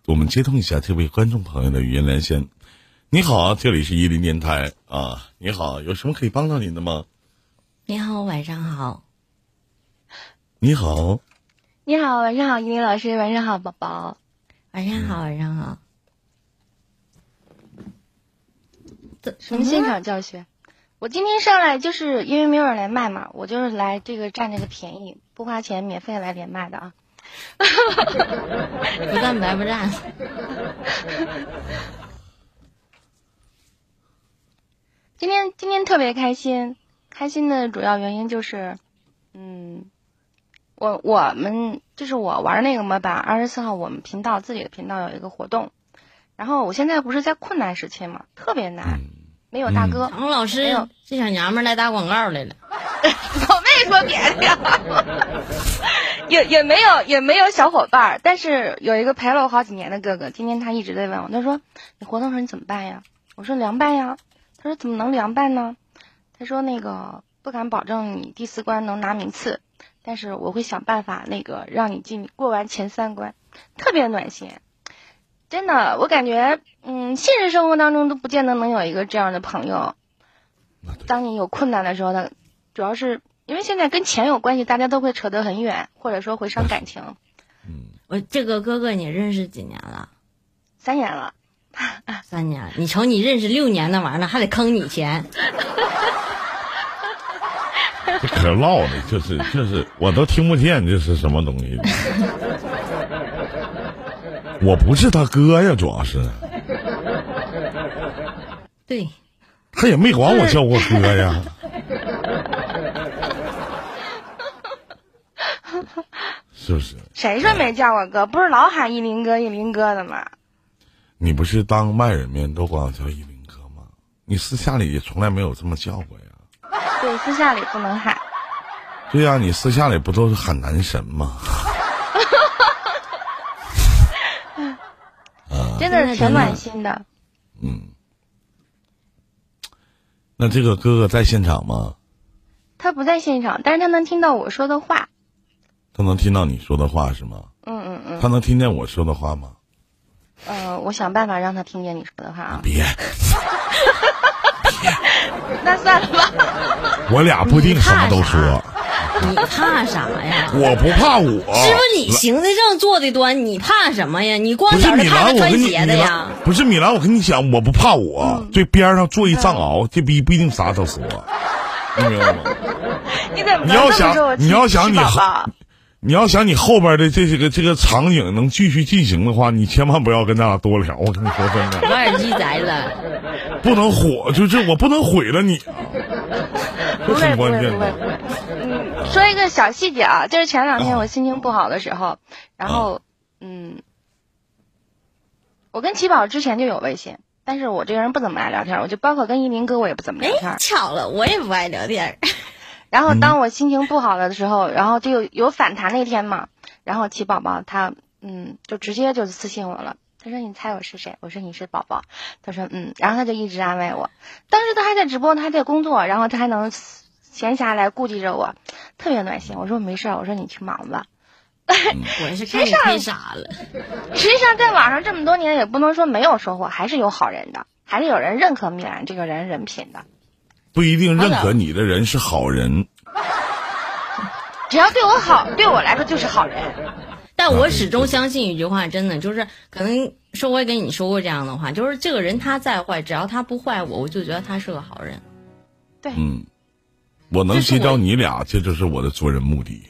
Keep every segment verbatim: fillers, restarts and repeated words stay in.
我们接通一下这位观众朋友的语音连线。你好，这里是伊林电台啊。你好，有什么可以帮到您的吗？ 你好，晚上好。 你好， 你好，晚上好，伊林老师，晚上好，宝宝。 晚上好，晚上好。 什么现场教学？我今天上来就是因为没有人来卖嘛，我就是来这个占这个便宜，不花钱，免费来连麦的啊。 不占白不占。 今天今天特别开心，开心的主要原因就是，嗯，我我们就是我玩那个模板，二十四号我们频道自己的频道有一个活动，然后我现在不是在困难时期嘛，特别难，嗯、没有大哥。 常老师，这小娘们来打广告来了。 我没说别的呀，也也没有也没有小伙伴，但是有一个陪了我好几年的哥哥，今天他一直在问我，他说你活动时候你怎么办呀？我说凉拌呀。他说怎么能凉拌呢？他说那个不敢保证你第四关能拿名次，但是我会想办法那个让你进过完前三关，特别暖心。真的，我感觉嗯，现实生活当中都不见得能有一个这样的朋友。当你有困难的时候呢，主要是因为现在跟钱有关系，大家都会扯得很远，或者说会伤感情。 嗯，我这个哥哥你认识几年了？ 三年了。 三年，你瞅你认识六年那玩意儿，还得坑你钱。 这可唠的，就是就是，我都听不见这是什么东西。我不是他哥呀，主要是。 对。 他也没管我叫过哥呀。是不是？ 谁说没叫过哥？不是老喊一林哥一林哥的吗？ 你不是当外人面都管我叫一林哥吗？你私下里也从来没有这么叫过呀。 对，私下里不能喊。 对呀、啊，你私下里不都是喊男神吗？ 真的是挺暖心的。 嗯。那这个哥哥在现场吗？ 他不在现场，但是他能听到我说的话。 他能听到你说的话是吗？ 嗯嗯嗯。 他能听见我说的话吗？ 呃，我想办法让他听见你说的话啊。 别， 那算了吧。 我俩不定什么都说。 你怕啥呀？ 我不怕我。 师傅，你行得正坐得端，你怕什么呀？你光脚着看着穿鞋的呀？ 不是米兰，我跟你讲，我不怕我。对、嗯、边上坐一藏獒，这逼不一定啥都说。你明白吗？ 你怎么你要想，你要想你你要想你后边的这个这个场景能继续进行的话，你千万不要跟咱俩多聊。我跟你说真的， 我耳机摘了， 不能火，就是我不能毁了你。 不会不会不会。嗯，说一个小细节啊，就是前两天我心情不好的时候，然后嗯，我跟奇宝之前就有微信，但是我这个人不怎么爱聊天，我就包括跟一林哥我也不怎么聊天。 巧了，我也不爱聊天。 然后当我心情不好了的时候，然后就有有反弹那天嘛，然后奇宝宝他嗯就直接就私信我了，他说你猜我是谁？我说你是宝宝，他说嗯，然后他就一直安慰我。当时他还在直播，他还在工作，然后他还能闲暇来顾及着我，特别暖心。我说没事，我说你去忙吧。 我也是看你太傻了。 实际上在网上这么多年，也不能说没有收获，还是有好人的，还是有人认可米兰这个人人品的。 不一定认可你的人是好人， 只要对我好，对我来说就是好人。 但我始终相信一句话，真的就是可能说我也跟你说过这样的话，就是这个人他再坏，只要他不坏我，我就觉得他是个好人。 对， 嗯，我能结交你俩，这就是我的做人目的。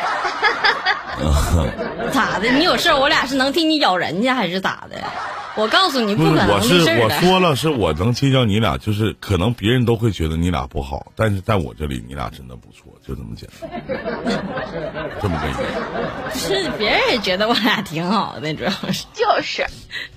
咋的？你有事我俩是能替你咬人家，还是咋的？我告诉你，不可能的事我是我说了，是我能结交你俩，就是可能别人都会觉得你俩不好，但是在我这里，你俩真的不错，就这么简单。这么个意思。是别人也觉得我俩挺好的，主要是就是。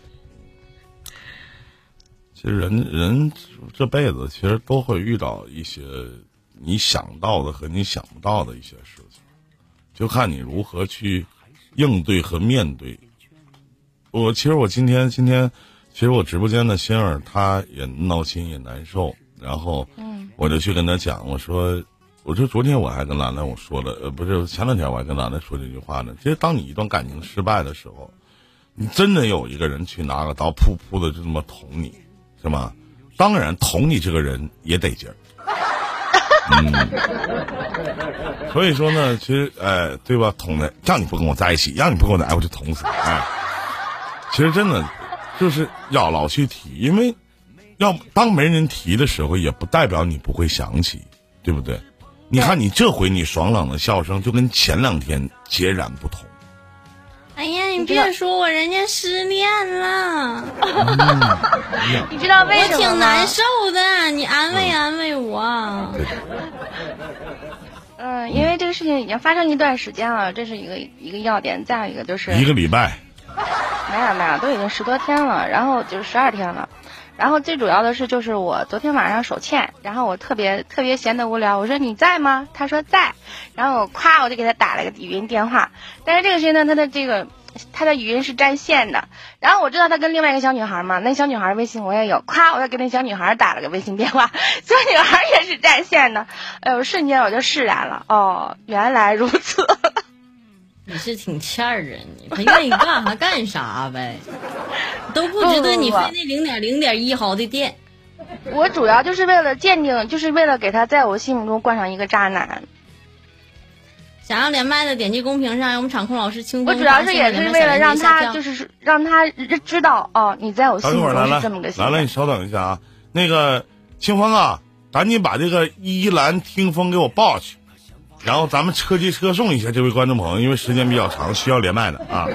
其实人人这辈子其实都会遇到一些你想到的和你想不到的一些事情，就看你如何去应对和面对。我其实我今天今天其实我直播间的星儿他也闹心也难受，然后我就去跟他讲，我说我说昨天我还跟兰兰我说了，呃不是前两天我还跟兰兰说这句话呢。其实当你一段感情失败的时候， 你真的有一个人去拿个刀噗噗的就这么捅你，是吗？当然捅你这个人也得劲儿。嗯，所以说呢，其实哎，对吧？捅的让你不跟我在一起，让你不跟我在一起，我就捅死你。哎，其实真的就是要老去提，因为要当没人提的时候，也不代表你不会想起，对不对？你看你这回你爽朗的笑声就跟前两天截然不同。 哎呀，你别说我，人家失恋了。 嗯、你知道为什么吗？ 我挺难受的，你安慰安慰我。 嗯，因为这个事情已经发生一段时间了，这是一个一个要点。再有一个就是一个礼拜， 没有没有，都已经十多天了，然后就是十二天了。然后最主要的是，就是我昨天晚上手欠，然后我特别特别闲得无聊，我说你在吗？他说在，然后我夸我就给他打了个语音电话，但是这个时间呢，他的这个他的语音是占线的，然后我知道他跟另外一个小女孩嘛，那小女孩微信我也有，夸我又给那小女孩打了个微信电话，小女孩也是占线的，哎呦，瞬间我就释然了，哦，原来如此。 你是挺欠儿啊你，他愿意干啥干啥呗，都不值得你费那零点零点一毫的电。 我主要就是为了鉴定，就是为了给他在我心目中冠上一个渣男。 想要连麦的点击公屏上有我们场控老师清风。 我主要是也是为了让他就是让他知道哦，你在我心目中是这么个形象。 来来，你稍等一下啊，那个清风啊，赶紧把这个依兰听风给我报去。然后咱们车接车送一下这位观众朋友，因为时间比较长，需要连麦的啊。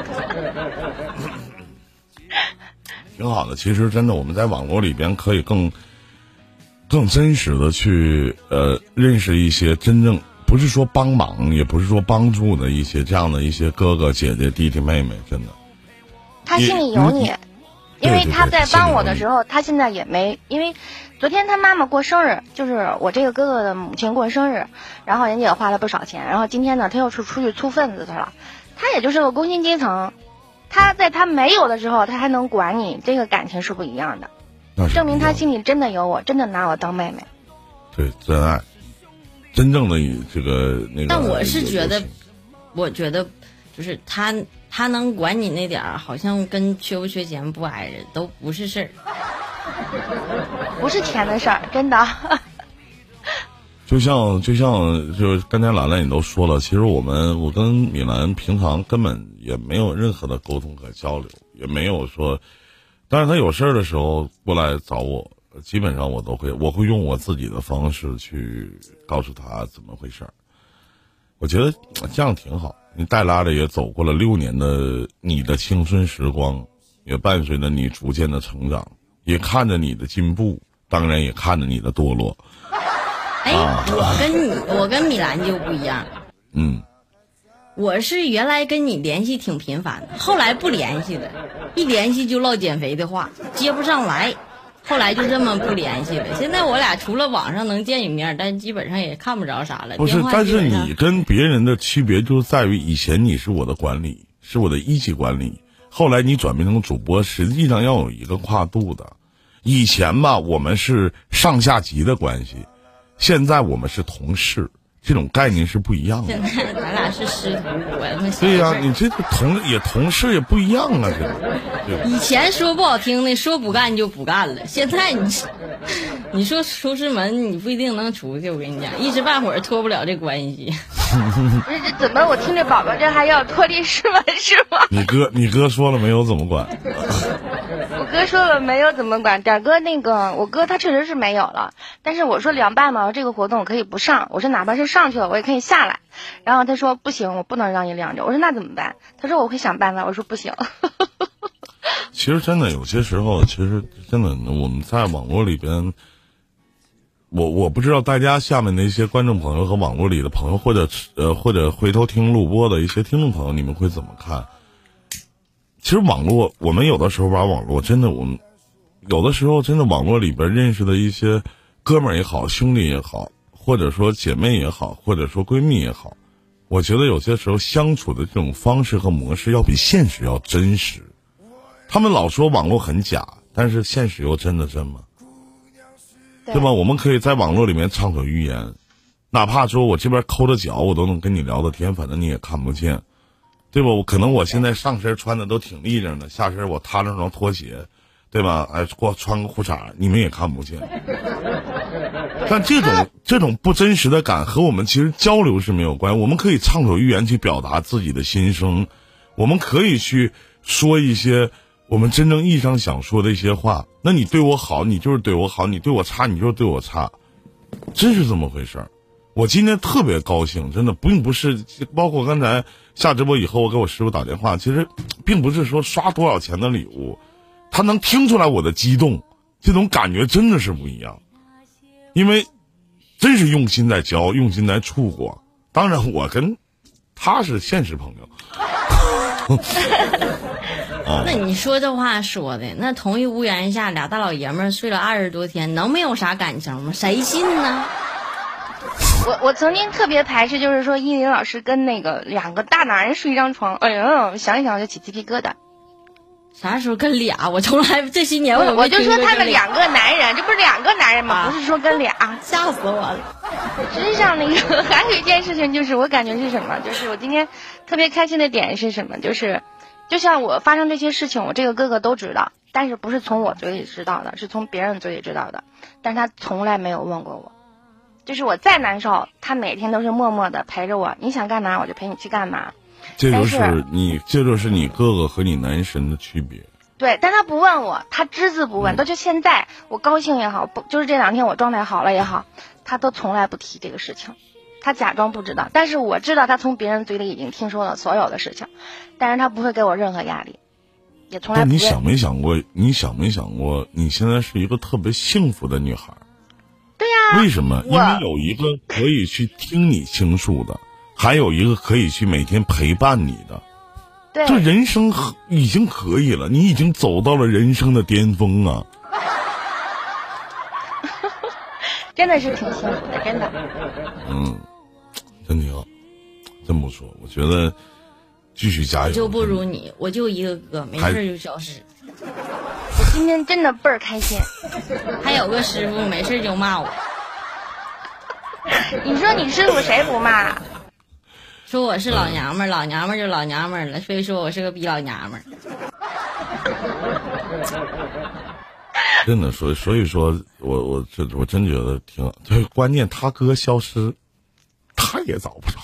挺好的，其实真的我们在网络里边可以更更真实的去呃认识一些真正不是说帮忙，也不是说帮助的一些这样的一些哥哥姐姐弟弟妹妹，真的。 他心里有你，因为他在帮我的时候，他现在也没因为。昨天他妈妈过生日，就是我这个哥哥的母亲过生日，然后人家也花了不少钱，然后今天呢他又是出去粗份子去了，他也就是个工薪阶层，他在他没有的时候他还能管你，这个感情是不一样的，证明他心里真的有我，真的拿我当妹妹。 对，真爱，真正的这个那个。 但我是觉得，我觉得就是他他能管你那点儿，好像跟缺不缺钱不挨着都不是事儿。 不是钱的事儿，真的。 就像就像就刚才兰兰也都说了，其实我们我跟米兰平常根本也没有任何的沟通和交流，也没有说，但是他有事儿的时候过来找我，基本上我都会我会用我自己的方式去告诉他怎么回事儿。我觉得这样挺好，你带拉着也走过了六年的你的青春时光，也伴随着你逐渐的成长。也看着你的进步，当然也看着你的堕落。 哎，啊、我跟你，我跟米兰就不一样。 嗯， 我是原来跟你联系挺频繁的，后来不联系了，一联系就唠减肥的话，接不上来，后来就这么不联系了。现在我俩除了网上能见一面，但基本上也看不着啥了。 不是，但是你跟别人的区别就在于，以前你是我的管理，是我的一级管理。后来你转变成主播，实际上要有一个跨度的。以前吧，我们是上下级的关系，现在我们是同事，这种概念是不一样的。 现在咱俩是师徒，我他妈对呀、啊，你这个同也同事也不一样啊，这个。 以前说不好听的，说不干就不干了。现在你，你说出师门，你不一定能出去。我跟你讲，一时半会儿脱不了这关系。 不是这怎么？我听着宝宝这还要脱离师门是吗？ 你哥，你哥说了没有？怎么管？ 我哥说了没有怎么管？点哥那个，我哥他确实是没有了，但是我说凉拌嘛，这个活动我可以不上，我说哪怕是上去了，我也可以下来。然后他说不行，我不能让你晾着。我说那怎么办？他说我会想办法。我说不行。 其实真的有些时候，其实真的我们在网络里边。我我不知道大家下面的一些观众朋友和网络里的朋友，或者呃或者回头听录播的一些听众朋友，你们会怎么看？其实网络，我们有的时候玩网络，真的我们有的时候真的网络里边认识的一些哥们儿也好，兄弟也好，或者说姐妹也好，或者说闺蜜也好，我觉得有些时候相处的这种方式和模式要比现实要真实。他们老说网络很假，但是现实又真的真吗？对吧？我们可以在网络里面畅所欲言，哪怕说我这边抠着脚，我都能跟你聊的天，反正你也看不见。 对吧？我可能我现在上身穿的都挺立正的，下身我踏着双拖鞋，对吧？哎，过穿个裤衩，你们也看不见。但这种这种不真实的感和我们其实交流是没有关系，我们可以畅所欲言去表达自己的心声，我们可以去说一些我们真正意义上想说的一些话。那你对我好，你就是对我好；你对我差，你就是对我差，真是这么回事儿。我今天特别高兴，真的并不是包括刚才下直播以后，我给我师傅打电话，其实并不是说刷多少钱的礼物，他能听出来我的激动，这种感觉真的是不一样。因为真是用心在教，用心在处过。当然我跟他是现实朋友。 哦、那你说这话说的，那同一屋檐下俩大老爷们儿睡了二十多天，能没有啥感情吗？谁信呢？ 我我曾经特别排斥，就是说依林老师跟那个两个大男人睡一张床，哎呀，想一想我就起鸡皮疙瘩。 啥时候跟俩？我从来这些年我我就说他们两个男人，这不是两个男人吗？ 啊、 不是说跟俩， 吓死我了。 实际上那个还有一件事情，就是我感觉是什么？就是我今天特别开心的点是什么？就是就像我发生这些事情，我这个哥哥都知道，但是不是从我嘴里知道的，是从别人嘴里知道的，但是他从来没有问过我。就是我再难受，他每天都是默默的陪着我，你想干嘛我就陪你去干嘛。 这就是你，这就是你哥哥和你男神的区别。 对，但他不问我，他只字不问， 嗯、 都就现在我高兴也好，不就是这两天我状态好了也好，他都从来不提这个事情，他假装不知道，但是我知道他从别人嘴里已经听说了所有的事情，但是他不会给我任何压力，也从来不。 但你想没想过？你想没想过？你现在是一个特别幸福的女孩。 对呀、啊。 为什么？因为有一个可以去听你倾诉的，还有一个可以去每天陪伴你的。 对， 这人生已经可以了，你已经走到了人生的巅峰啊！ 真的是挺幸福的，真的。 嗯，真挺好，真不错。我觉得继续加油。 我就不如你，我就一个哥，没事就消失。 我今天真的倍儿开心。 还有个师傅没事就骂我。 你说你师傅谁不骂？ 说我是老娘们儿，老娘们儿就老娘们儿了，非说我是个逼老娘们儿。 真的，所以所以说我我这我真觉得挺好。这关键他哥消失，他也找不着。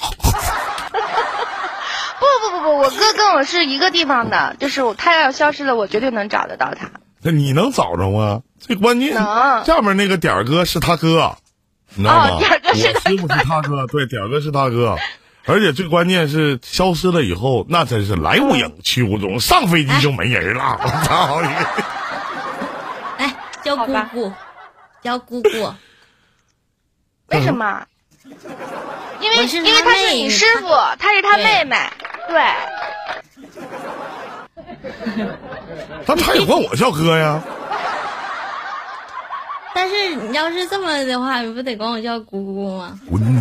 不不不不，我哥跟我是一个地方的，就是他要消失了，我绝对能找得到他。 那你能找着吗？最关键，下面那个点儿哥是他哥，你知道吗？ 哦、点儿哥是他哥， 我师傅是他哥，对，点儿哥是他哥。而且最关键是消失了以后，那真是来无影去无踪，上飞机就没人了。我操！ 哎，叫姑姑，叫姑姑。 为什么？因为因为他是你师傅，他是他妹妹。对。 但他也管我叫哥呀。 但是你要是这么的话，你不得管我叫姑姑吗？ 滚！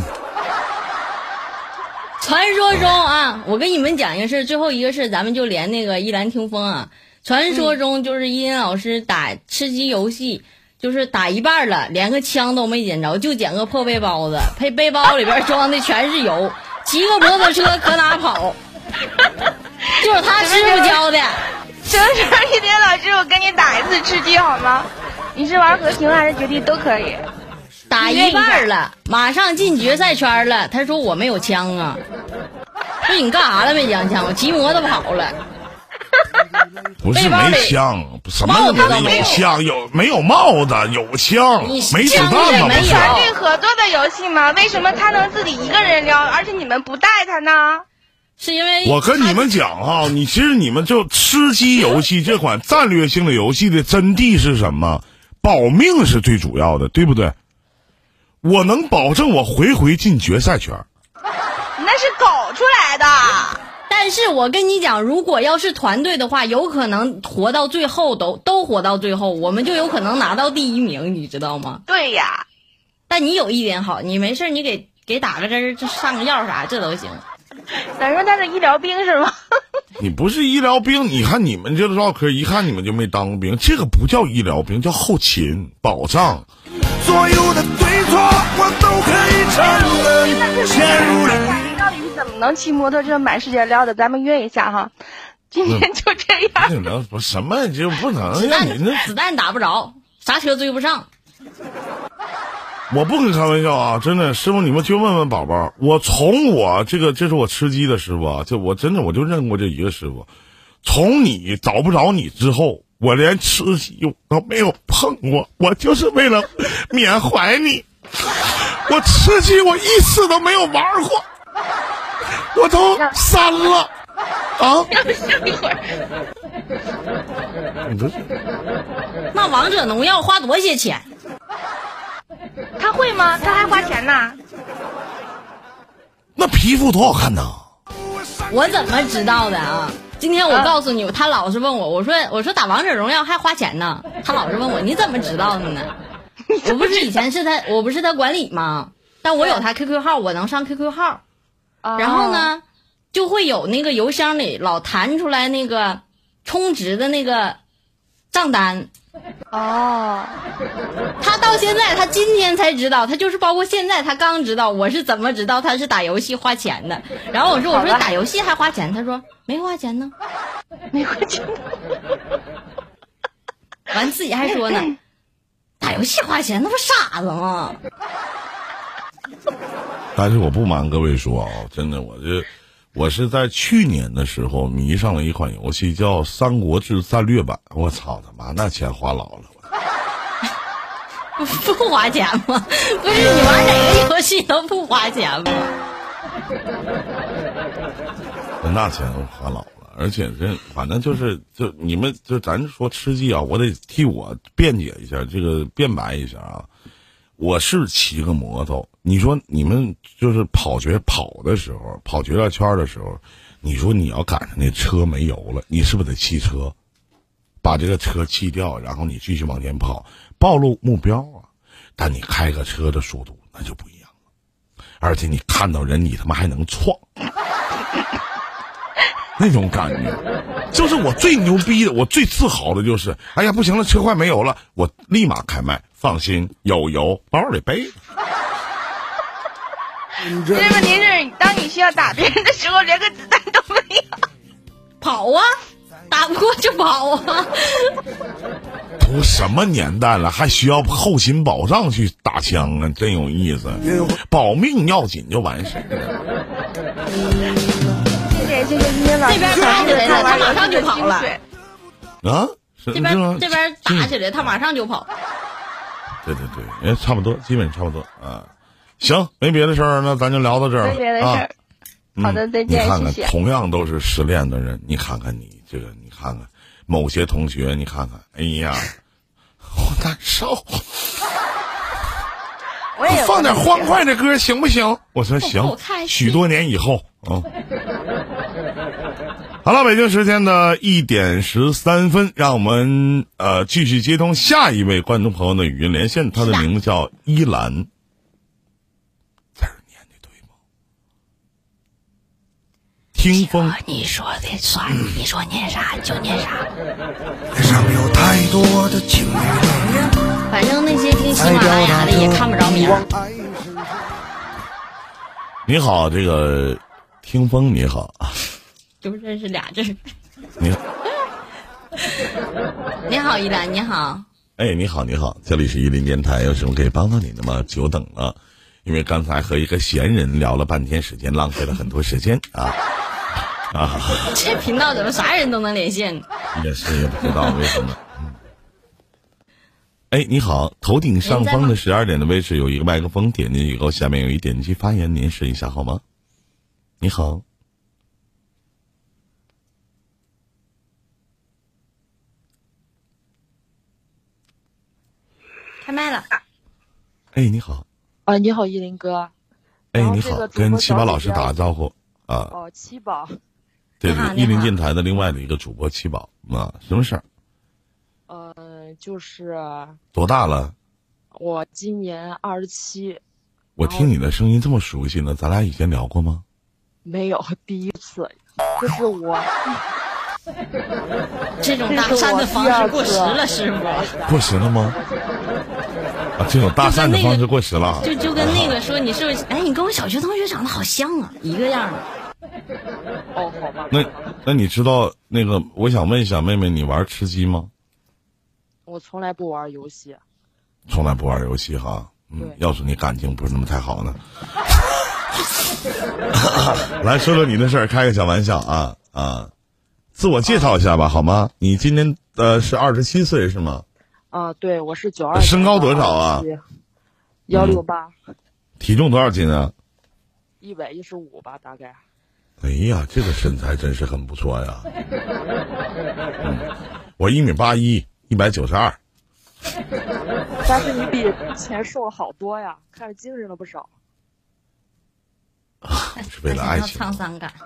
传说中啊，我跟你们讲一个事，最后一个事，咱们就连那个一兰听风啊。传说中就是伊林老师打吃鸡游戏，就是打一半了，连个枪都没捡着，就捡个破背包子，配背包里边装的全是油，骑个摩托车可哪跑，就是他师傅教的。 行行，一林老师，我跟你打一次吃鸡好吗？你是玩和平还是绝地都可以。 打一半了，马上进决赛圈了。他说我没有枪啊，说你干啥了没洋枪？我骑摩托跑了。 不是没枪，什么没有枪？有没有帽子？有枪，没子弹吗？ 没有。 团队合作的游戏吗？为什么他能自己一个人撩，而且你们不带他呢？ 是因为我跟你们讲哈，你其实你们就吃鸡游戏这款战略性的游戏的真谛是什么？保命是最主要的，对不对？我能保证我回回进决赛圈， 那是搞出来的。 但是我跟你讲，如果要是团队的话，有可能活到最后都都活到最后，我们就有可能拿到第一名，你知道吗？ 对呀。 但你有一点好，你没事你给给打个针，这上个药啥这都行。 咱说他是医疗兵是吗？ 你不是医疗兵，你看你们这唠嗑，一看你们就没当过兵，这个不叫医疗兵，叫后勤保障。所有的对错我都可以承认，陷入了。 怎么能骑摩托车满世界撩的？咱们约一下哈，今天就这样。 聊不什么就不能子弹让你那子弹打不着，啥车追不上。 我不跟你开玩笑啊，真的，师傅你们去问问宝宝，我从我这个这是我吃鸡的师傅啊，就我真的我就认过这一个师傅，从你找不着你之后，我连吃鸡都没有碰过，我就是为了缅怀你，我吃鸡我一次都没有玩过，我都删了啊！ 一会儿， 你这那王者荣耀花多些钱？ 他会吗？他还花钱呢？ 那皮肤多好看呐！ 我怎么知道的啊？今天我告诉你，他老是问我，我说我说打王者荣耀还花钱呢，他老是问我你怎么知道的呢？我不是以前是他，我不是他管理吗？但我有他 Q Q 号，我能上 Q Q 号，然后呢，就会有那个邮箱里老弹出来那个充值的那个账单。 哦， 他到现在，他今天才知道，他就是包括现在他刚知道我是怎么知道他是打游戏花钱的。然后我说我说打游戏还花钱，他说没花钱呢， 没花钱。 完自己还说呢，打游戏花钱，那不傻子吗？ 但是我不瞒各位说啊，真的，我这我是在去年的时候迷上了一款游戏，叫《三国志战略版》。我操他妈，那钱花老了！ 不花钱吗？不是你玩哪个游戏都不花钱吗？ 那钱花老了，而且这反正就是就你们就咱说吃鸡啊，我得替我辩解一下，这个辩白一下啊。我是骑个摩托，你说你们就是跑决跑的时候，跑决赛圈的时候，你说你要赶上那车没油了，你是不是得弃车，把这个车弃掉，然后你继续往前跑，暴露目标啊？但你开个车的速度那就不一样了，而且你看到人，你他妈还能撞，那种感觉，就是我最牛逼的，我最自豪的就是，哎呀，不行了，车快没油了，我立马开麦。放心，有油，包里背着。 这问题是，当你需要打别人的时候，连个子弹都没有。 跑啊，打不过就跑啊。 都什么年代了，还需要后勤保障去打枪啊？真有意思，保命要紧就完事了。 谢谢谢谢今天老师。 这边打起来了，他马上就跑了。 啊？ 这边这边打起来，他马上就跑。 对对对，哎，差不多，基本差不多啊。行，没别的事儿，那咱就聊到这儿了。 没别的事儿、啊。好的，再见， 你看看， 谢谢。 同样都是失恋的人，你看看你这个，你看看某些同学，你看看，哎呀，我难受。 我也放点欢快的歌行不行？我说行。许多年以后啊。好了，北京时间的一点十三分，让我们呃继续接通下一位观众朋友的语音连线，他的名字叫依兰，字儿念的对吗？听风， 你说的算，你说念啥就念啥。 上有太多的情侣， 反正那些听喜马拉雅的也看不着名。 你好，这个听风你好。 就认识俩字。 你好， 你好，依兰，你好。 哎，你好，你好，这里是伊林电台，有什么可以帮到你的吗？久等了，因为刚才和一个闲人聊了半天时间，浪费了很多时间啊啊！ 这频道怎么啥人都能连线？ 也是也不知道为什么。嗯、哎，你好，头顶上方的十二点的位置有一个麦克风，点进去以后，下面有一点击发言，您试一下好吗？你好。 开麦了。 哎，你好。 啊，你好，依林哥。 哎，你好，跟七宝老师打个招呼啊。 哦，七宝。 对对，依林电台的另外的一个主播七宝啊，什么事儿？ 呃，就是多大了？ 我今年二十七。 我听你的声音这么熟悉呢，咱俩以前聊过吗？ 没有，第一次。就是我。 这种搭讪的方式过时了，师傅。 过时了吗？ 啊，这种搭讪的方式过时了。 就就跟那个说你是不是？哎，你跟我小学同学长得好像啊，一个样的。 哦，好吧。 那那你知道那个？我想问一下妹妹，你玩吃鸡吗？ 我从来不玩游戏。 从来不玩游戏哈。嗯，要是你感情不是那么太好呢。来说说你的事儿，开个小玩笑啊啊！自我介绍一下吧，好吗？你今年呃是二十七岁是吗？ 啊，对，我是九二。 身高多少啊？ 幺六八。 体重多少斤啊？ 一百一十五吧，大概。 哎呀，这个身材真是很不错呀。嗯，我一米八一，一百九十二。 但是你比之前瘦了好多呀，看着精神了不少。 是为了爱情。 沧桑感。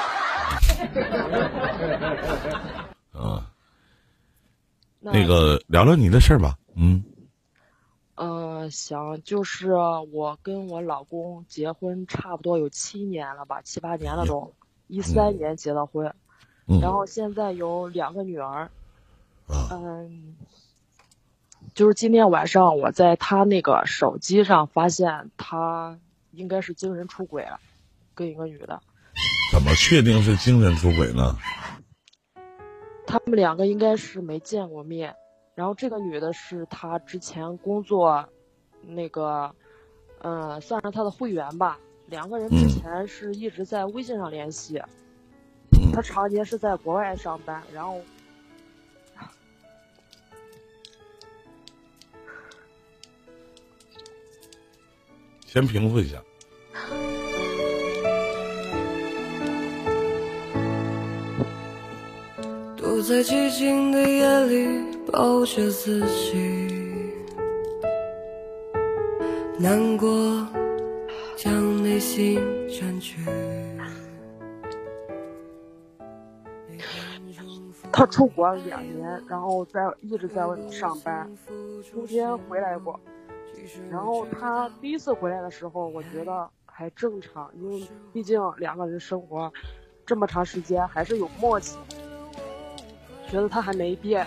嗯，那个聊聊你的事儿吧。嗯。 呃，想就是我跟我老公结婚差不多有七年了吧，七八年了都，一三年结的婚， 嗯、 然后现在有两个女儿。 啊、 嗯，就是今天晚上我在他那个手机上发现他应该是精神出轨了，跟一个女的。 怎么确定是精神出轨呢？ 他们两个应该是没见过面。然后这个女的是她之前工作，那个，嗯，算是她的会员吧。两个人之前是一直在微信上联系。 嗯、 她常年是在国外上班，然后， 先平复一下。 躲在寂静的夜里，抱着自己，难过将内心占据。 他出国两年，然后在一直在外面上班，中间回来过。然后他第一次回来的时候，我觉得还正常，因为毕竟两个人生活这么长时间，还是有默契。觉得他还没变。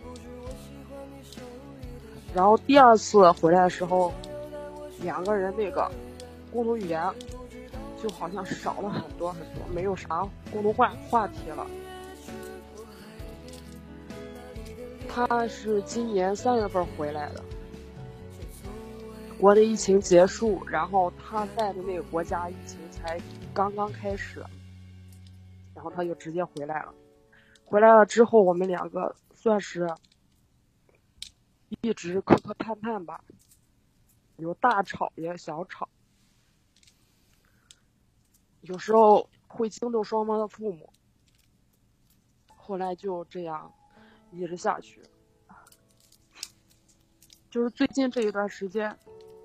然后第二次回来的时候，两个人那个共同语言就好像少了很多很多，没有啥共同话话题了。他是今年三月份回来的，国内疫情结束，然后他在的那个国家疫情才刚刚开始，然后他就直接回来了。回来了之后，我们两个算是一直磕磕绊绊吧，有大吵也小吵，有时候会惊动双方的父母。后来就这样一直下去，就是最近这一段时间，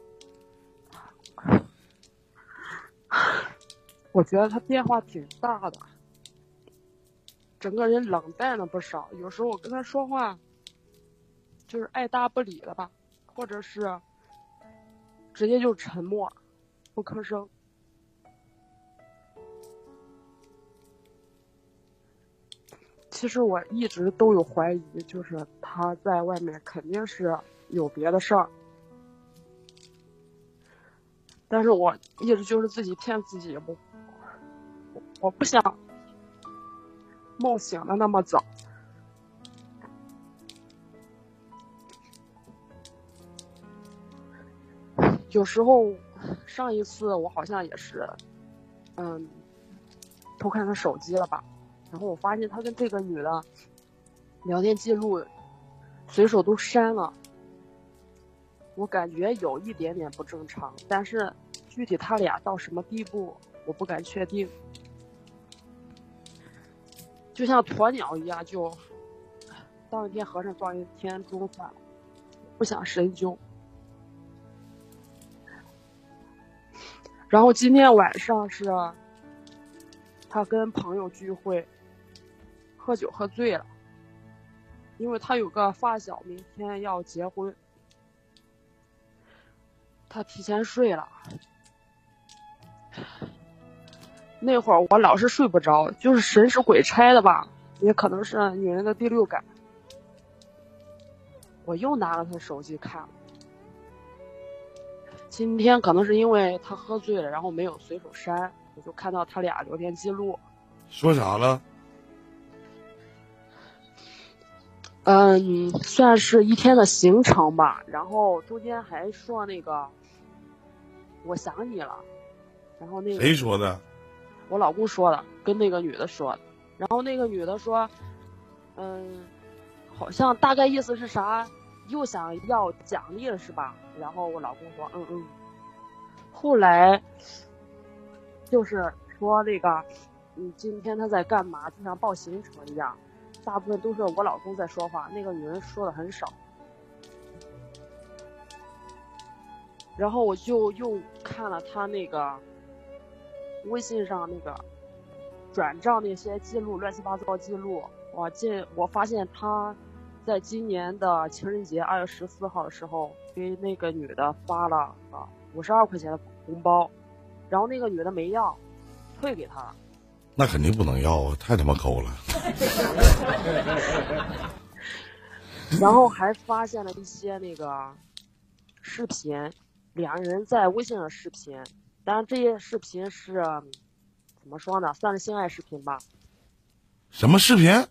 我觉得他变化挺大的。整个人冷淡了不少，有时候我跟他说话就是爱答不理的吧，或者是直接就沉默不吭声。其实我一直都有怀疑，就是他在外面肯定是有别的事儿，但是我一直就是自己骗自己，我我不想梦醒的那么早。有时候上一次我好像也是嗯偷看他手机了吧，然后我发现他跟这个女的聊天记录随手都删了，我感觉有一点点不正常，但是具体他俩到什么地步我不敢确定，就像鸵鸟一样，就当一天和尚撞一天钟算，不想深究。然后今天晚上是他跟朋友聚会，喝酒喝醉了，因为他有个发小明天要结婚，他提前睡了。那会儿我老是睡不着，就是神使鬼差的吧，也可能是女人的第六感。我又拿了他手机看了， 今天可能是因为他喝醉了，然后没有随手删，我就看到他俩聊天记录。 说啥了？ 嗯，算是一天的行程吧，然后中间还说那个我想你了，然后那个谁说的？ 我老公说的，跟那个女的说的，然后那个女的说，嗯，好像大概意思是啥，又想要奖励了是吧？然后我老公说，嗯嗯。后来就是说那个，嗯，今天他在干嘛，就像报行程一样，大部分都是我老公在说话，那个女人说的很少。然后我就又看了他那个微信上那个转账那些记录，乱七八糟记录，我进我发现他在今年的情人节二月十四号的时候，给那个女的发了啊五十二块钱的红包，然后那个女的没要，退给他了。 那肯定不能要啊，太他妈抠了。 然后还发现了一些那个视频，两人在微信上视频，当然这些视频是怎么说呢，算是性爱视频吧。 什么视频？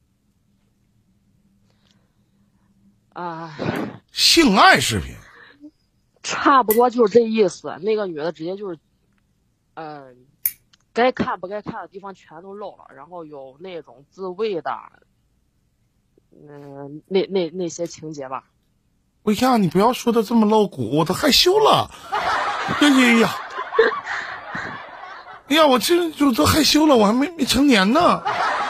啊、 性爱视频。 差不多就是这意思。那个女的直接就是，嗯、呃，该看不该看的地方全都露了，然后有那种自慰的，嗯、呃，那那那些情节吧。 哎呀，你不要说的这么露骨，我都害羞了。哎呀，哎呀，我这就都害羞了，我还没没成年呢。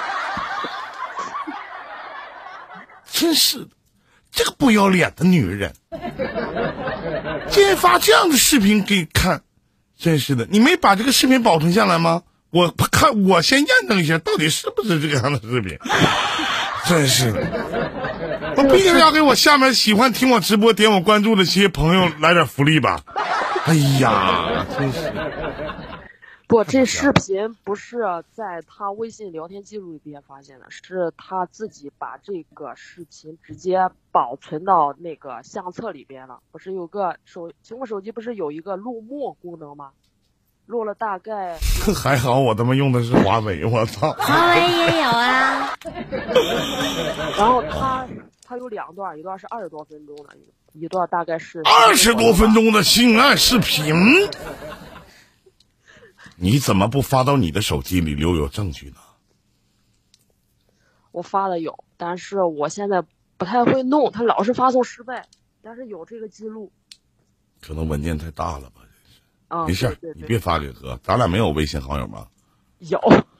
真是的，这个不要脸的女人，竟然发这样的视频给看，真是的！你没把这个视频保存下来吗？我看，我先验证一下，到底是不是这样的视频。真是的，我必须要给我下面喜欢听我直播、点我关注的这些朋友来点福利吧。哎呀，真是。 不，这视频不是在他微信聊天记录里边发现的，是他自己把这个视频直接保存到那个相册里边了。不是有个手苹果手机不是有一个录幕功能吗？录了大概还好我他妈用的是华为，我操！ 华为也有啊。 然后他他有两段，一段是二十多分钟的，一段大概是二十多分钟的性爱视频。你怎么不发到你的手机里留有证据呢？ 我发的有，但是我现在不太会弄，他老是发送失败，但是有这个记录。 可能文件太大了吧？ 啊， 没事， 对对对， 你别发给哥，咱俩没有微信好友吗？ 有。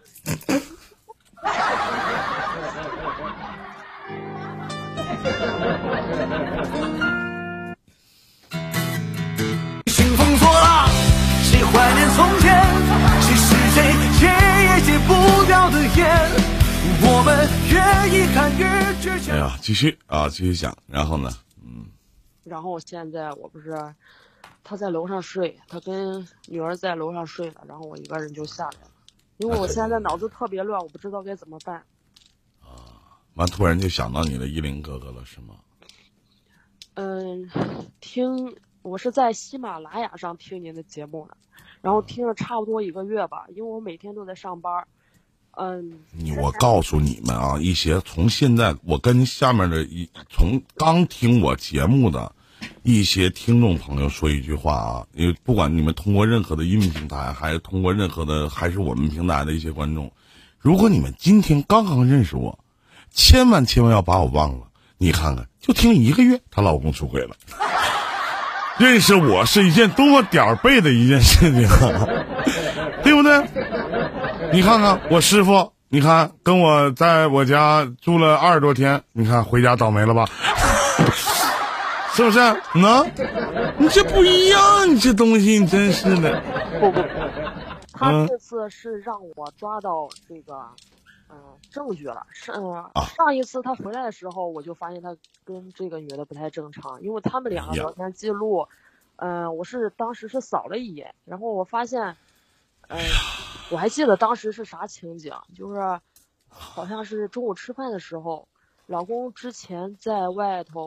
兴风作浪，谁怀念从前？谁是谁戒也戒不掉的烟？我们越遗憾越倔强。 哎呀，继续啊，继续讲。然后呢？嗯。 然后现在我不是他在楼上睡，他跟女儿在楼上睡了，然后我一个人就下来了，因为我现在脑子特别乱，我不知道该怎么办。 啊，完突然就想到你的依林哥哥了，是吗？ 嗯，听我是在喜马拉雅上听您的节目的，然后听了差不多一个月吧，因为我每天都在上班。嗯， 你我告诉你们啊，一些从现在我跟下面的一从刚听我节目的一些听众朋友说一句话啊，因为不管你们通过任何的音频平台，还是通过任何的，还是我们平台的一些观众，如果你们今天刚刚认识我，千万千万要把我忘了。你看看，就听一个月，她老公出轨了。认识我是一件多么点儿背的一件事情啊，对不对？你看看我师傅，你看跟我在我家住了二十多天，你看回家倒霉了吧？是不是？呢？你这不一样，你这东西你真是的。 不不不，他这次是让我抓到这个嗯、呃、证据了。上、呃、上一次他回来的时候，我就发现他跟这个女的不太正常，因为他们两个聊天记录，嗯、呃，我是当时是扫了一眼，然后我发现，嗯、呃，我还记得当时是啥情景，就是好像是中午吃饭的时候，老公之前在外头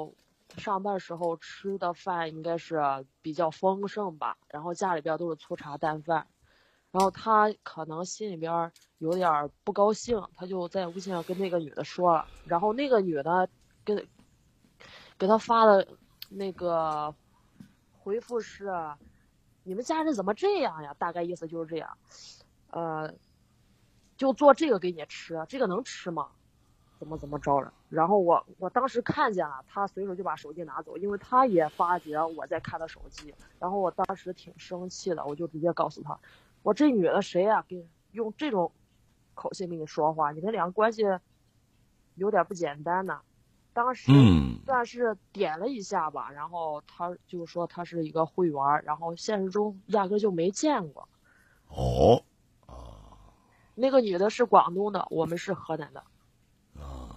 上班时候吃的饭应该是比较丰盛吧，然后家里边都是粗茶淡饭，然后他可能心里边有点不高兴，他就在微信上跟那个女的说了，然后那个女的跟给他发的那个回复是：你们家人怎么这样呀？大概意思就是这样，呃，就做这个给你吃，这个能吃吗？怎么怎么着了？然后我我当时看见了，他随手就把手机拿走，因为他也发觉我在看他手机。然后我当时挺生气的，我就直接告诉他，我这女的谁呀、啊？给用这种口气跟你说话，你们两个关系有点不简单呢。当时算是点了一下吧，嗯、然后他就说他是一个会员，然后现实中压根就没见过。 哦，啊， 那个女的是广东的，我们是河南的。 啊，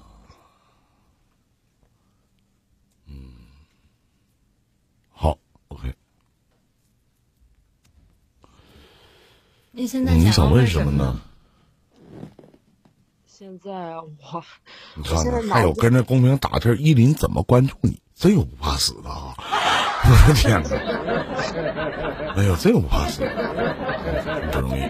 嗯，好 ，OK。 你现在你想问什么呢？ 现在我， 你看看，还有跟着公屏打字，依林怎么关注你？真有不怕死的啊！我的天哪！哎呦，真有不怕死的，不容易。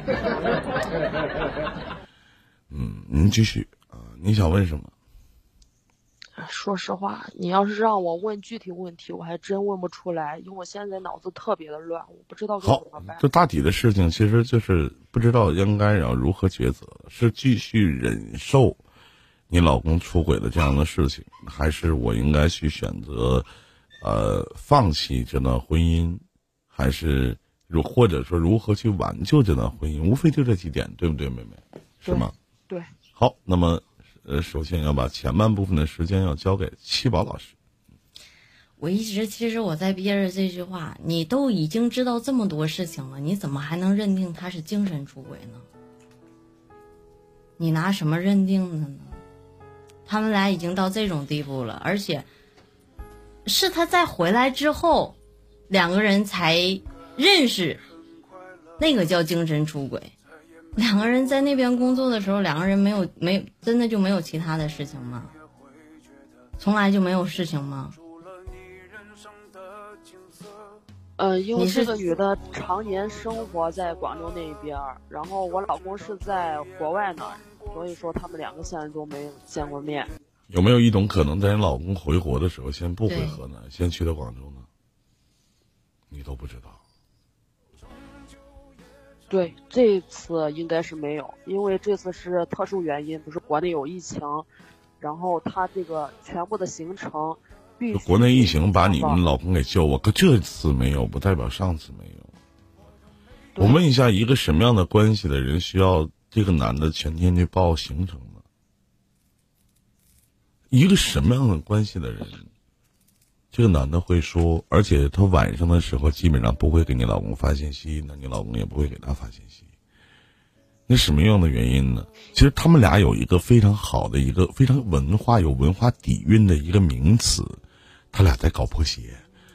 嗯，您继续啊，你想问什么？ 说实话，你要是让我问具体问题，我还真问不出来，因为我现在脑子特别的乱，我不知道该怎么办。 这大体的事情其实就是不知道应该要如何抉择，是继续忍受你老公出轨的这样的事情，还是我应该去选择呃放弃这段婚姻，还是如或者说如何去挽救这段婚姻，无非就这几点，对不对，妹妹？是吗？ 对。 好，那么呃，首先要把前半部分的时间要交给七宝老师。 我一直其实我在憋着这句话，你都已经知道这么多事情了，你怎么还能认定他是精神出轨呢？你拿什么认定的呢？他们俩已经到这种地步了，而且是他在回来之后，两个人才认识，那个叫精神出轨。两个人在那边工作的时候，两个人没有没有真的就没有其他的事情吗？从来就没有事情吗？ 呃，因为这个女的常年生活在广州那边，然后我老公是在国外呢，所以说他们两个现在都没有见过面。 有没有一种可能，在你老公回国的时候，先不回河南，先去到广州呢？你都不知道。 对，这次应该是没有，因为这次是特殊原因，不是国内有疫情，然后他这个全部的行程必须国内疫情把你们老公给救我，可这次没有，不代表上次没有。我问一下，一个什么样的关系的人需要这个男的全天去报行程呢？一个什么样的关系的人，这个男的会说，而且他晚上的时候基本上不会给你老公发信息，那你老公也不会给他发信息。那什么样的原因呢？其实他们俩有一个非常好的一个非常文化有文化底蕴的一个名词，他俩在搞破鞋。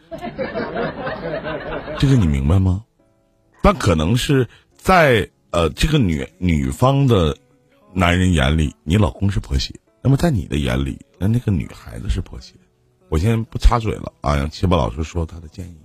这个你明白吗？但可能是在呃这个女女方的男人眼里，你老公是破鞋，那么在你的眼里，那那个女孩子是破鞋。我先不插嘴了啊，让七宝老师说他的建议。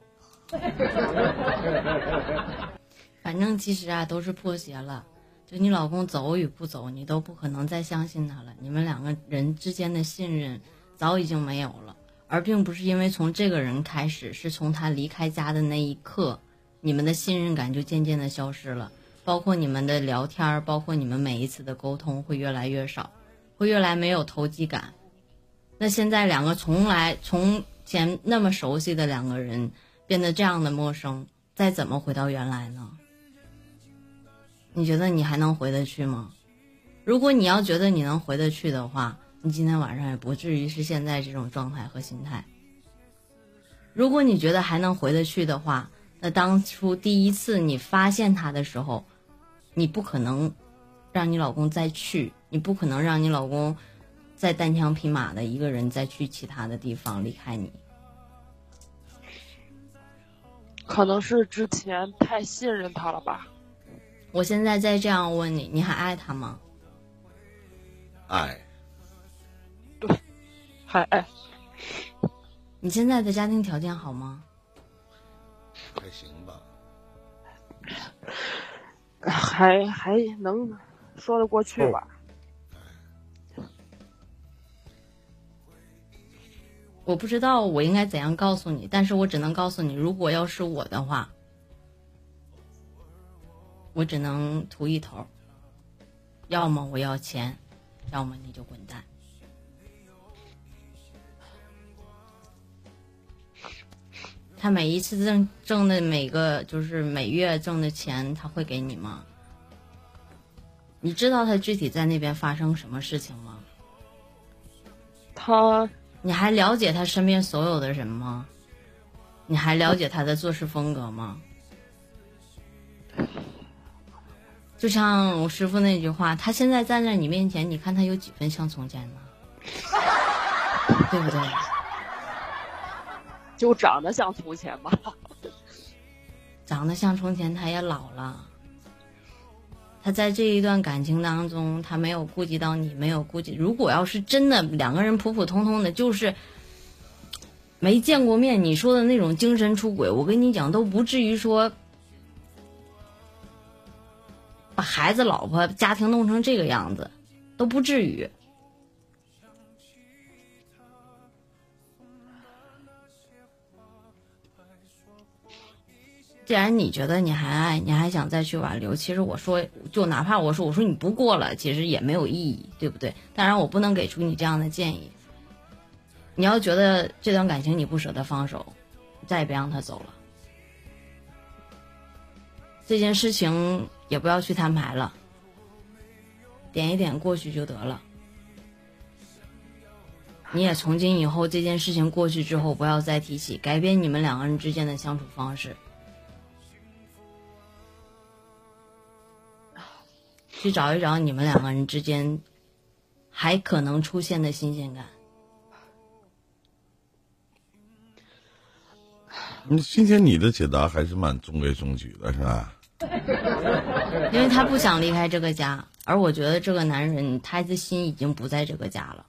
反正其实啊都是破鞋了，就你老公走与不走，你都不可能再相信他了，你们两个人之间的信任早已经没有了，而并不是因为从这个人开始，是从他离开家的那一刻，你们的信任感就渐渐的消失了，包括你们的聊天，包括你们每一次的沟通会越来越少，会越来没有投机感。那现在两个从来从前那么熟悉的两个人变得这样的陌生，再怎么回到原来呢？你觉得你还能回得去吗？如果你要觉得你能回得去的话，你今天晚上也不至于是现在这种状态和心态。如果你觉得还能回得去的话，那当初第一次你发现他的时候，你不可能让你老公再去，你不可能让你老公再单枪匹马的一个人再去其他的地方离开你。 可能是之前太信任他了吧。 我现在再这样问你，你还爱他吗？ 爱。 对，还爱。 你现在的家庭条件好吗？ 还行吧， 还还能说得过去吧。 我不知道我应该怎样告诉你，但是我只能告诉你，如果要是我的话，我只能图一头，要么我要钱，要么你就滚蛋。他每一次挣挣的每个就是每月挣的钱，他会给你吗？你知道他具体在那边发生什么事情吗？ 他， 你还了解他身边所有的人吗？你还了解他的做事风格吗？就像我师傅那句话，他现在站在你面前，你看他有几分像从前呢？对不对？ 就长得像从前吧。 长得像从前，他也老了。他在这一段感情当中，他没有顾及到你，没有顾及。如果要是真的两个人普普通通的，就是没见过面，你说的那种精神出轨，我跟你讲都不至于说把孩子、老婆、家庭弄成这个样子，都不至于。既然你觉得你还爱，你还想再去挽留，其实我说，就哪怕我说我说你不过了，其实也没有意义，对不对？当然我不能给出你这样的建议。你要觉得这段感情你不舍得放手，再也别让他走了。这件事情也不要去摊牌了，点一点过去就得了。你也从今以后这件事情过去之后不要再提起，改变你们两个人之间的相处方式，去找一找你们两个人之间还可能出现的新鲜感。 嗯，今天你的解答还是蛮中规中矩的，是吧？ 因为他不想离开这个家，而我觉得这个男人他的心已经不在这个家了。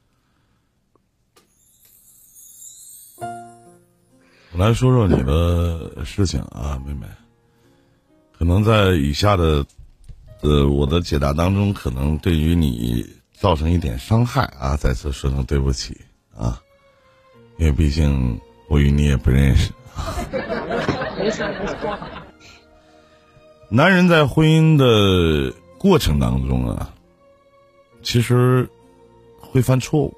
我来说说你的事情啊，妹妹。可能在以下的呃我的解答当中，可能对于你造成一点伤害啊，再次说声对不起啊，因为毕竟我与你也不认识。 没事没事。 男人在婚姻的过程当中啊，其实会犯错误，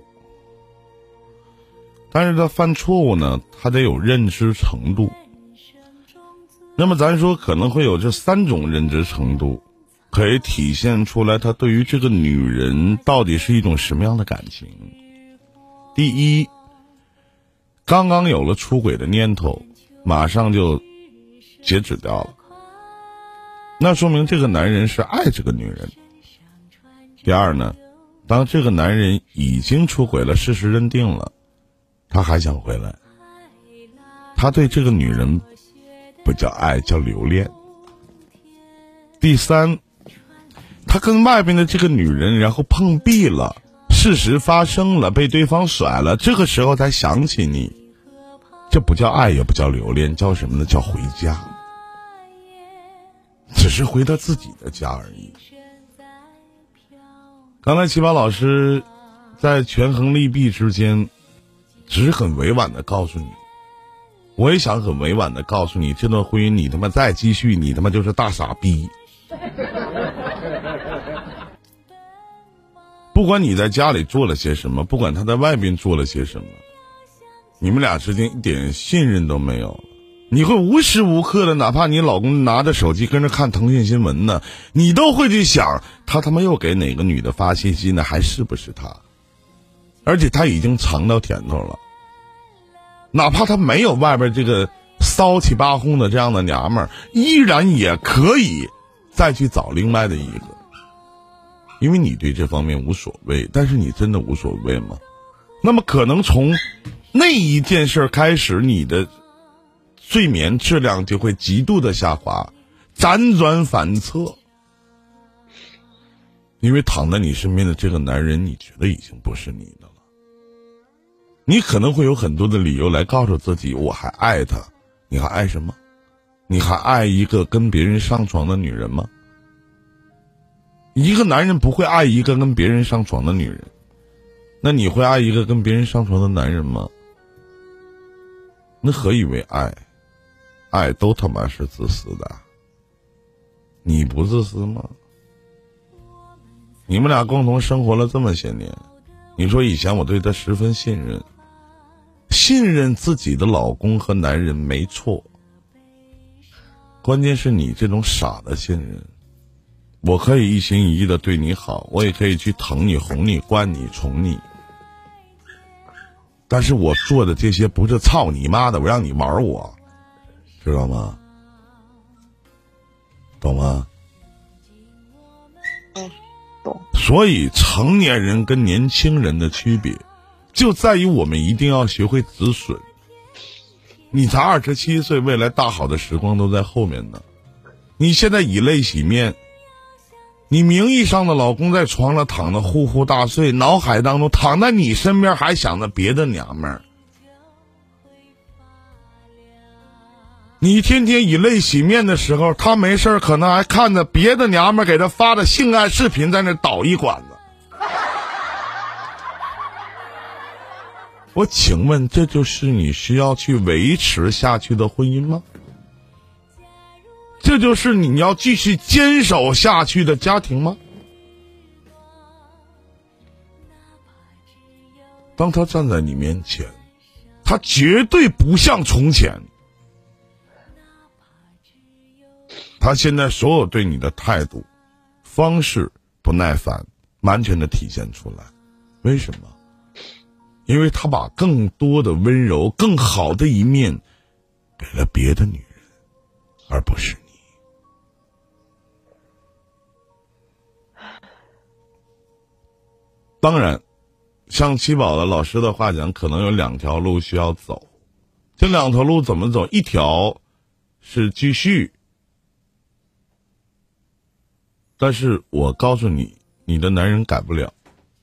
但是他犯错误呢，他得有认知程度。那么咱说可能会有这三种认知程度，可以体现出来他对于这个女人到底是一种什么样的感情。第一，刚刚有了出轨的念头，马上就截止掉了，那说明这个男人是爱这个女人。第二呢，当这个男人已经出轨了，事实认定了，他还想回来，他对这个女人不叫爱，叫留恋。第三，他跟外边的这个女人然后碰壁了，事实发生了，被对方甩了，这个时候才想起你，这不叫爱，也不叫留恋，叫什么呢？叫回家，只是回到自己的家而已。刚才奇葩老师在权衡利弊之间，只是很委婉的告诉你，我也想很委婉的告诉你，这段婚姻你他妈再继续，你他妈就是大傻逼。不管你在家里做了些什么，不管他在外边做了些什么，你们俩之间一点信任都没有了。你会无时无刻的，哪怕你老公拿着手机跟着看腾讯新闻呢，你都会去想，他他妈又给哪个女的发信息呢？还是不是他？而且他已经尝到甜头了，哪怕他没有外边这个骚气八轰的这样的娘们儿，依然也可以再去找另外的一个。因为你对这方面无所谓，但是你真的无所谓吗？那么可能从那一件事开始，你的睡眠质量就会极度的下滑，辗转反侧。因为躺在你身边的这个男人，你觉得已经不是你的了。 你可能会有很多的理由来告诉自己我还爱他，你还爱什么？你还爱一个跟别人上床的女人吗？一个男人不会爱一个跟别人上床的女人，那你会爱一个跟别人上床的男人吗？那何以为爱？爱都他妈是自私的，你不自私吗？你们俩共同生活了这么些年，你说以前我对他十分信任，信任自己的老公和男人没错，关键是你这种傻的信任。我可以一心一意的对你好，我也可以去疼你、哄你、惯你、宠你，但是我做的这些不是操你妈的，我让你玩我，知道吗？懂吗？ 嗯，懂。 所以成年人跟年轻人的区别就在于我们一定要学会止损。你才二十七岁，未来大好的时光都在后面呢，你现在以泪洗面，你名义上的老公在床上躺得呼呼大睡，脑海当中躺在你身边还想着别的娘们儿，你天天以泪洗面的时候，他没事可能还看着别的娘们儿给他发的性爱视频在那倒一管子。我请问这就是你需要去维持下去的婚姻吗？这就是你要继续坚守下去的家庭吗？当他站在你面前，他绝对不像从前，他现在所有对你的态度、方式、不耐烦，完全的体现出来。为什么？因为他把更多的温柔、更好的一面给了别的女人，而不是你。当然，像七宝的老师的话讲，可能有两条路需要走。这两条路怎么走？一条是继续，但是我告诉你，你的男人改不了，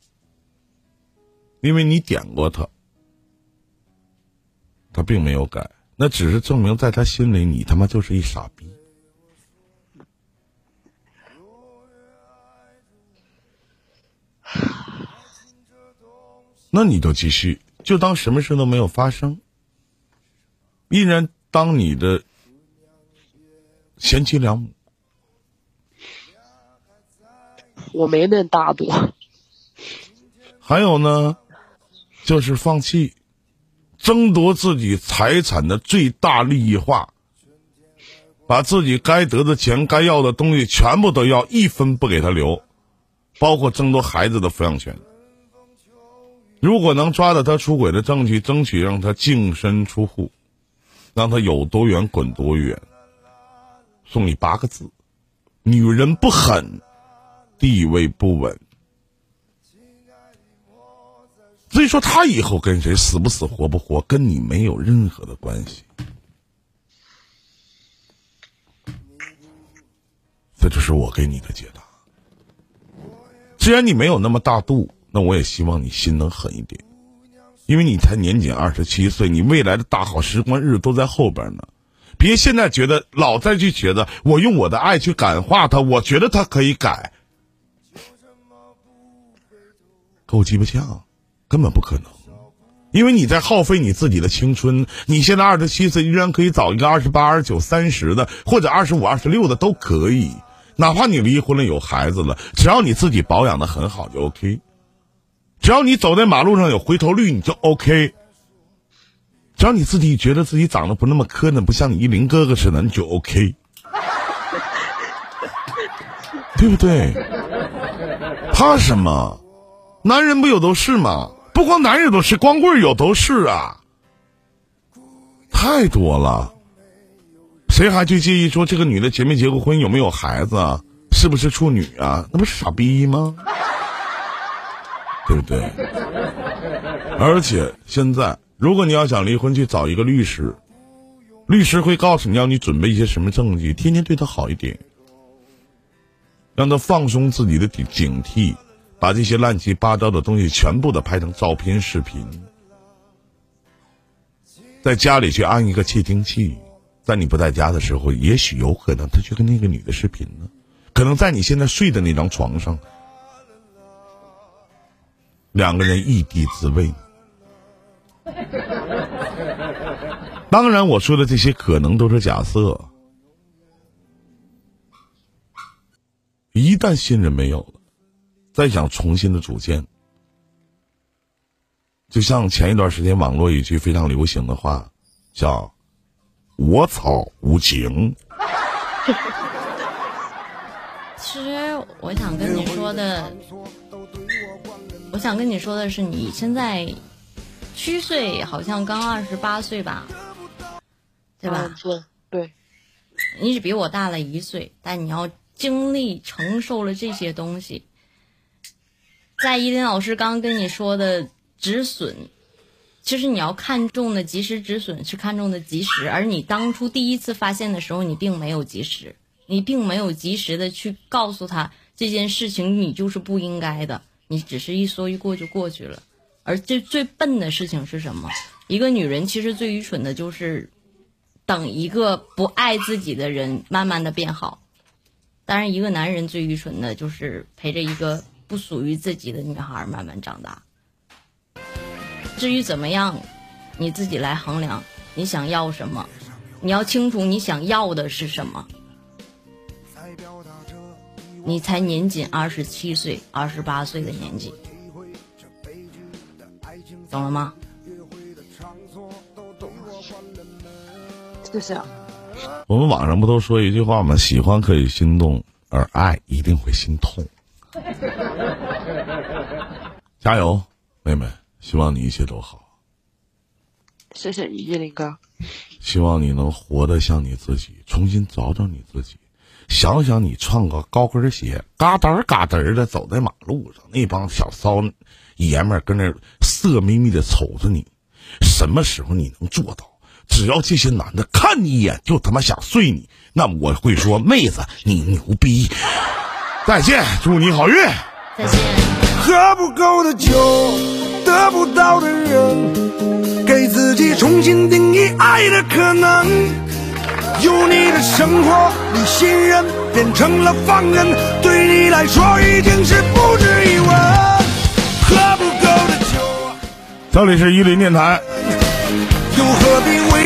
因为你点过他，他并没有改，那只是证明在他心里你他妈就是一傻逼。那你就继续，就当什么事都没有发生，依然当你的贤妻良母。 我没那大度。 还有呢，就是放弃争夺自己财产的最大利益化，把自己该得的钱、该要的东西全部都要，一分不给他留，包括争夺孩子的抚养权。如果能抓到他出轨的证据，争取让他净身出户，让他有多远滚多远。送你八个字：女人不狠，地位不稳。至于说他以后跟谁死不死活不活，跟你没有任何的关系。这就是我给你的解答。既然你没有那么大度，那我也希望你心能狠一点，因为你才年仅二十七岁，你未来的大好时光日子都在后边呢。别现在觉得老再去觉得我用我的爱去感化他，我觉得他可以改，够鸡巴呛，根本不可能。因为你在耗费你自己的青春，你现在二十七岁依然可以找一个二十八、二十九、三十的，或者二十五、二十六的都可以。哪怕你离婚了有孩子了，只要你自己保养的很好就 OK。只要你走在马路上有回头率你就 OK， 只要你自己觉得自己长得不那么磕碜，不像你一林哥哥似的，你就 OK， 对不对？怕什么？男人不有都是吗？不光男人都是，光棍有都是啊，太多了。谁还去介意说这个女的结没结过婚，有没有孩子啊，是不是处女啊？那不是傻逼吗？对不对？而且现在如果你要想离婚，去找一个律师，律师会告诉你要你准备一些什么证据，天天对他好一点，让他放松自己的警惕，把这些乱七八糟的东西全部的拍成照片视频， 在家里去安一个窃听器，在你不在家的时候，也许有可能他去跟那个女的视频呢，可能在你现在睡的那张床上，两个人异地自慰。当然我说的这些可能都是假设，一旦信任没有了，再想重新的组建，就像前一段时间网络一句非常流行的话，叫我操无情。 其实我想跟你说的我想跟你说的是，你现在虚岁好像刚二十八岁吧，对吧？ 嗯、对对， 你只比我大了一岁，但你要经历承受了这些东西。在依林老师刚跟你说的止损，其实你要看重的及时止损是看重的及时，而你当初第一次发现的时候，你并没有及时，你并没有及时的去告诉他这件事情你就是不应该的，你只是一说一过就过去了。而这最笨的事情是什么？一个女人其实最愚蠢的就是等一个不爱自己的人慢慢的变好。当然一个男人最愚蠢的就是陪着一个不属于自己的女孩慢慢长大。至于怎么样，你自己来衡量你想要什么，你要清楚你想要的是什么。你才年仅二十七岁二十八岁的年纪，懂了吗？ 谢谢。 我们网上不都说一句话吗？喜欢可以心动，而爱一定会心痛。加油，妹妹，希望你一切都好。 谢谢你，叶林哥。 希望你能活得像你自己，重新找找你自己。想想你穿个高跟鞋，嘎噔嘎噔的走在马路上，那帮小骚爷们儿跟那色眯眯的瞅着你，什么时候你能做到？只要这些男的看你一眼就他妈想睡你，那我会说妹子你牛逼。再见，祝你好运。 再见。 喝不够的酒，得不到的人，给自己重新定义爱的可能。有你的生活，你信任变成了放任，对你来说已经是不值一问。喝不够的酒， 这里是伊林电台。 又何必为